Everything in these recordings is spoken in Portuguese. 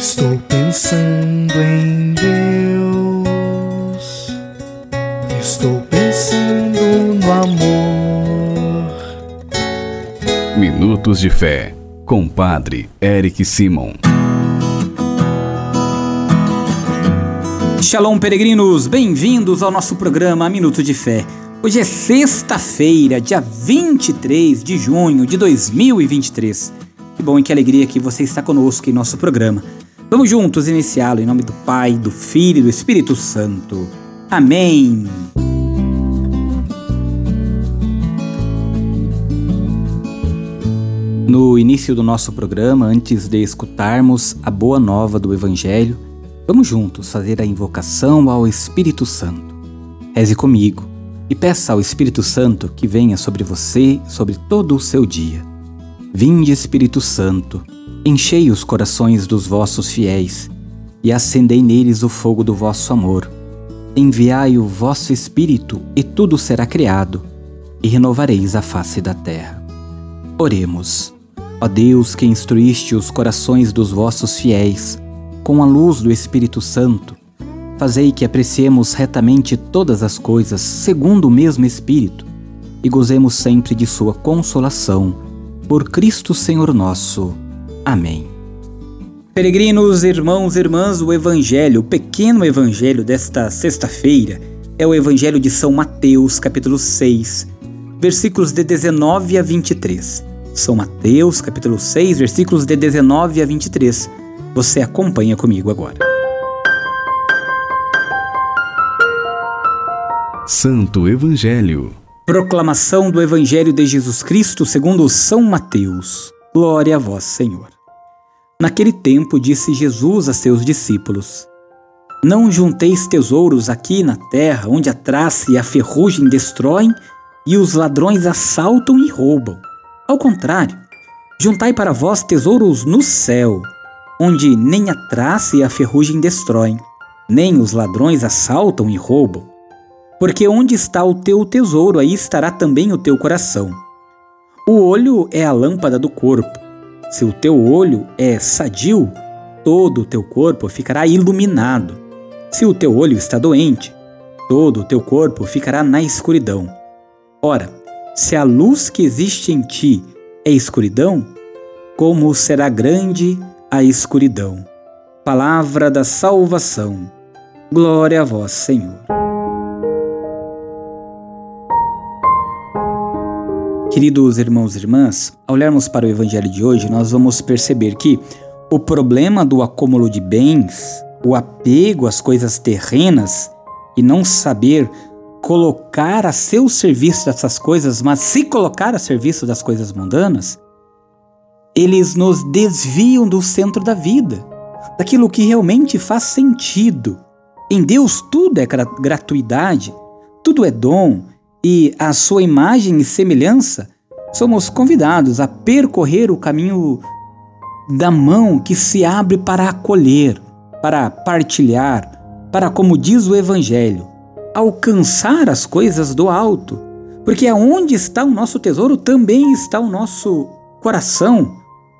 Estou pensando em Deus, estou pensando no amor. Minutos de Fé, com Padre Eric Simon. Shalom, peregrinos, bem-vindos ao nosso programa Minuto de Fé. Hoje é sexta-feira, dia 23 de junho de 2023. Que bom e que alegria que você está conosco em nosso programa. Vamos juntos iniciá-lo em nome do Pai, do Filho e do Espírito Santo. Amém. No início do nosso programa, antes de escutarmos a boa nova do Evangelho, vamos juntos fazer a invocação ao Espírito Santo. Reze comigo e peça ao Espírito Santo que venha sobre você, sobre todo o seu dia. Vinde, Espírito Santo, enchei os corações dos vossos fiéis e acendei neles o fogo do vosso amor. Enviai o vosso Espírito e tudo será criado, e renovareis a face da terra. Oremos. Ó Deus, que instruíste os corações dos vossos fiéis com a luz do Espírito Santo, fazei que apreciemos retamente todas as coisas segundo o mesmo Espírito e gozemos sempre de sua consolação. Por Cristo Senhor nosso. Amém. Peregrinos, irmãos e irmãs, o Evangelho, o pequeno Evangelho desta sexta-feira é o Evangelho de São Mateus, capítulo 6, versículos de 19 a 23. São Mateus, capítulo 6, versículos de 19 a 23. Você acompanha comigo agora. Santo Evangelho. Proclamação do Evangelho de Jesus Cristo segundo São Mateus. Glória a vós, Senhor. Naquele tempo disse Jesus a seus discípulos: Não junteis tesouros aqui na terra, onde a traça e a ferrugem destroem e os ladrões assaltam e roubam. Ao contrário, juntai para vós tesouros no céu, onde nem a traça e a ferrugem destroem, nem os ladrões assaltam e roubam. Porque onde está o teu tesouro, aí estará também o teu coração. O olho é a lâmpada do corpo. Se o teu olho é sadio, todo o teu corpo ficará iluminado. Se o teu olho está doente, todo o teu corpo ficará na escuridão. Ora, se a luz que existe em ti é escuridão, como será grande a escuridão? Palavra da salvação. Glória a vós, Senhor. Queridos irmãos e irmãs, ao olharmos para o Evangelho de hoje, nós vamos perceber que o problema do acúmulo de bens, o apego às coisas terrenas e não saber colocar a seu serviço essas coisas, mas se colocar a serviço das coisas mundanas, eles nos desviam do centro da vida, daquilo que realmente faz sentido. Em Deus tudo é gratuidade, tudo é dom, e à sua imagem e semelhança, somos convidados a percorrer o caminho da mão que se abre para acolher, para partilhar, para, como diz o Evangelho, alcançar as coisas do alto, porque aonde está o nosso tesouro também está o nosso coração.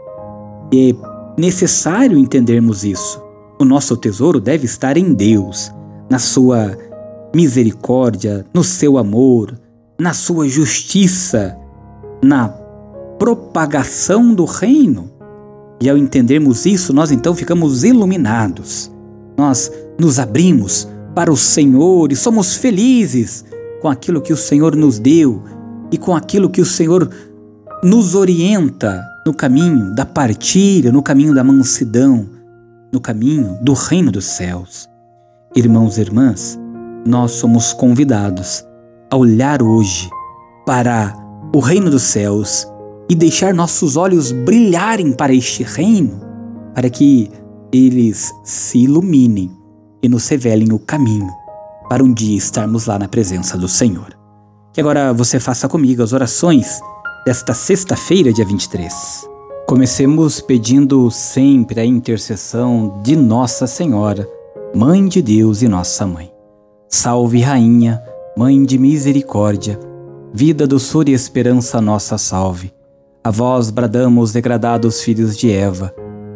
É necessário entendermos isso. O nosso tesouro deve estar em Deus, na sua misericórdia, no seu amor, na sua justiça, na propagação do reino. E ao entendermos isso, nós então ficamos iluminados. Nós nos abrimos para o Senhor e somos felizes com aquilo que o Senhor nos deu e com aquilo que o Senhor nos orienta no caminho da partilha, no caminho da mansidão, no caminho do reino dos céus. Irmãos e irmãs, nós somos convidados a olhar hoje para o reino dos céus e deixar nossos olhos brilharem para este reino, para que eles se iluminem e nos revelem o caminho para um dia estarmos lá na presença do Senhor. Que agora você faça comigo as orações desta sexta-feira, dia 23. Comecemos pedindo sempre a intercessão de Nossa Senhora, Mãe de Deus e Nossa Mãe. Salve, Rainha, Mãe de misericórdia, vida, doçura e esperança nossa salve. A vós bradamos, degradados filhos de Eva,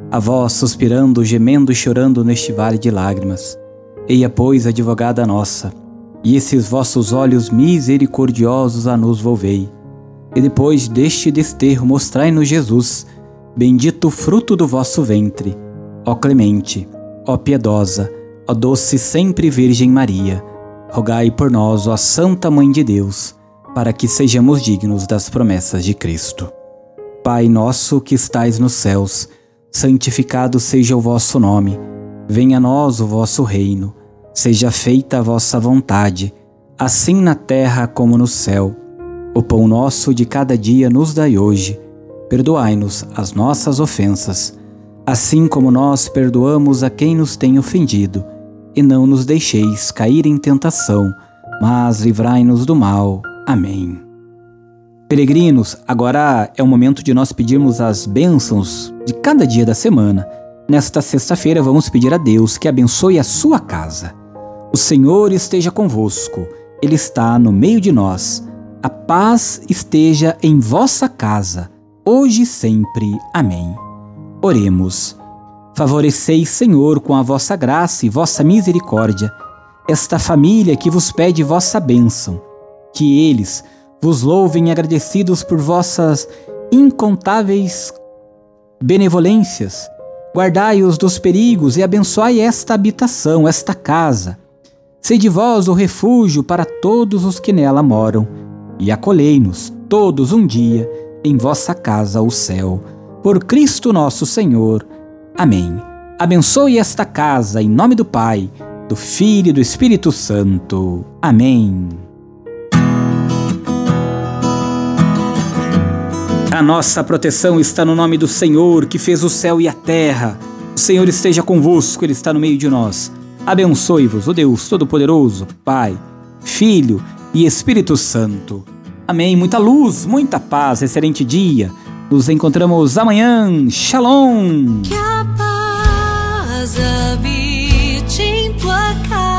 a vós suspirando, gemendo e chorando neste vale de lágrimas. Eia, pois, advogada nossa, e esses vossos olhos misericordiosos a nos volvei. E depois deste desterro mostrai-nos Jesus, bendito o fruto do vosso ventre. Ó clemente, ó piedosa, ó doce sempre Virgem Maria, rogai por nós, ó Santa Mãe de Deus, para que sejamos dignos das promessas de Cristo. Pai nosso que estais nos céus, santificado seja o vosso nome. Venha a nós o vosso reino. Seja feita a vossa vontade, assim na terra como no céu. O pão nosso de cada dia nos dai hoje. Perdoai-nos as nossas ofensas, assim como nós perdoamos a quem nos tem ofendido. E não nos deixeis cair em tentação, mas livrai-nos do mal. Amém. Peregrinos, agora é o momento de nós pedirmos as bênçãos de cada dia da semana. Nesta sexta-feira vamos pedir a Deus que abençoe a sua casa. O Senhor esteja convosco, Ele está no meio de nós. A paz esteja em vossa casa, hoje e sempre. Amém. Oremos. Favoreceis, Senhor, com a vossa graça e vossa misericórdia, esta família que vos pede vossa bênção. Que eles vos louvem agradecidos por vossas incontáveis benevolências. Guardai-os dos perigos e abençoai esta habitação, esta casa. Sede vós o refúgio para todos os que nela moram, e acolhei-nos todos um dia em vossa casa, o céu. Por Cristo nosso Senhor. Amém. Abençoe esta casa em nome do Pai, do Filho e do Espírito Santo. Amém. A nossa proteção está no nome do Senhor, que fez o céu e a terra. O Senhor esteja convosco, Ele está no meio de nós. Abençoe-vos o Deus Todo-Poderoso, Pai, Filho e Espírito Santo. Amém. Muita luz, muita paz, excelente dia. Nos encontramos amanhã. Shalom. Que a paz habite em tua casa.